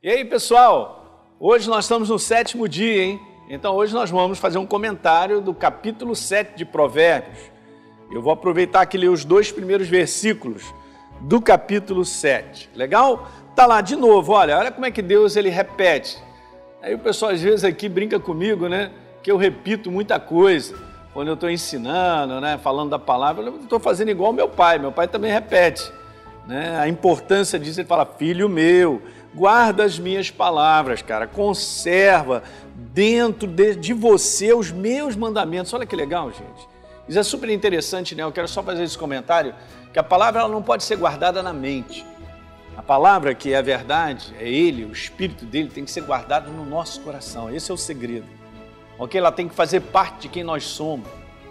E aí, pessoal, hoje nós estamos no 7º dia, hein? Então hoje nós vamos fazer um comentário do capítulo 7 de Provérbios. Eu vou aproveitar aqui e ler os 2 primeiros versículos do capítulo 7. Legal? Tá lá de novo, olha como é que Deus ele repete. Aí o pessoal às vezes aqui brinca comigo, né? Que eu repito muita coisa. Quando eu estou ensinando, né? Falando da palavra, eu estou fazendo igual meu pai também repete. Né? A importância disso, ele fala, filho meu, guarda as minhas palavras, cara, conserva dentro de você os meus mandamentos. Olha que legal, gente. Isso é super interessante, né? Eu quero só fazer esse comentário, que a palavra ela não pode ser guardada na mente. A palavra que é a verdade, é Ele, o Espírito dele tem que ser guardado no nosso coração. Esse é o segredo. Ok? Ela tem que fazer parte de quem nós somos.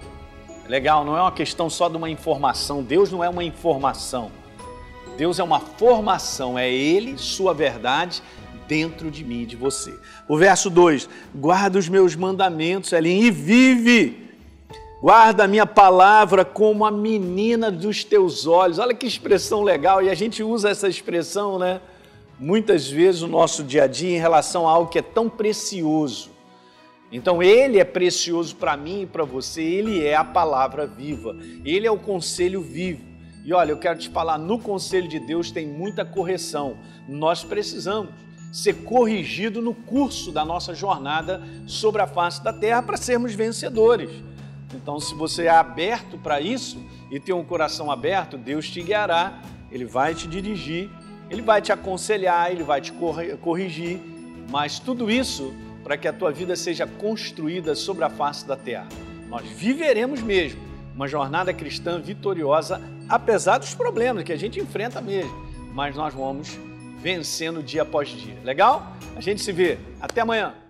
Legal, não é uma questão só de uma informação. Deus não é uma informação. Deus é uma formação, é Ele, sua verdade, dentro de mim e de você. O verso 2, guarda os meus mandamentos, Elinho, e vive. Guarda a minha palavra como a menina dos teus olhos. Olha que expressão legal, e a gente usa essa expressão, né? Muitas vezes no nosso dia a dia em relação a algo que é tão precioso. Então Ele é precioso para mim e para você, Ele é a palavra viva, Ele é o conselho vivo. E olha, eu quero te falar, no conselho de Deus tem muita correção. Nós precisamos ser corrigidos no curso da nossa jornada sobre a face da terra para sermos vencedores. Então, se você é aberto para isso e tem um coração aberto, Deus te guiará, Ele vai te dirigir, Ele vai te aconselhar, Ele vai te corrigir, mas tudo isso para que a tua vida seja construída sobre a face da terra. Nós viveremos mesmo uma jornada cristã vitoriosa, apesar dos problemas que a gente enfrenta mesmo, mas nós vamos vencendo dia após dia. Legal? A gente se vê. Até amanhã.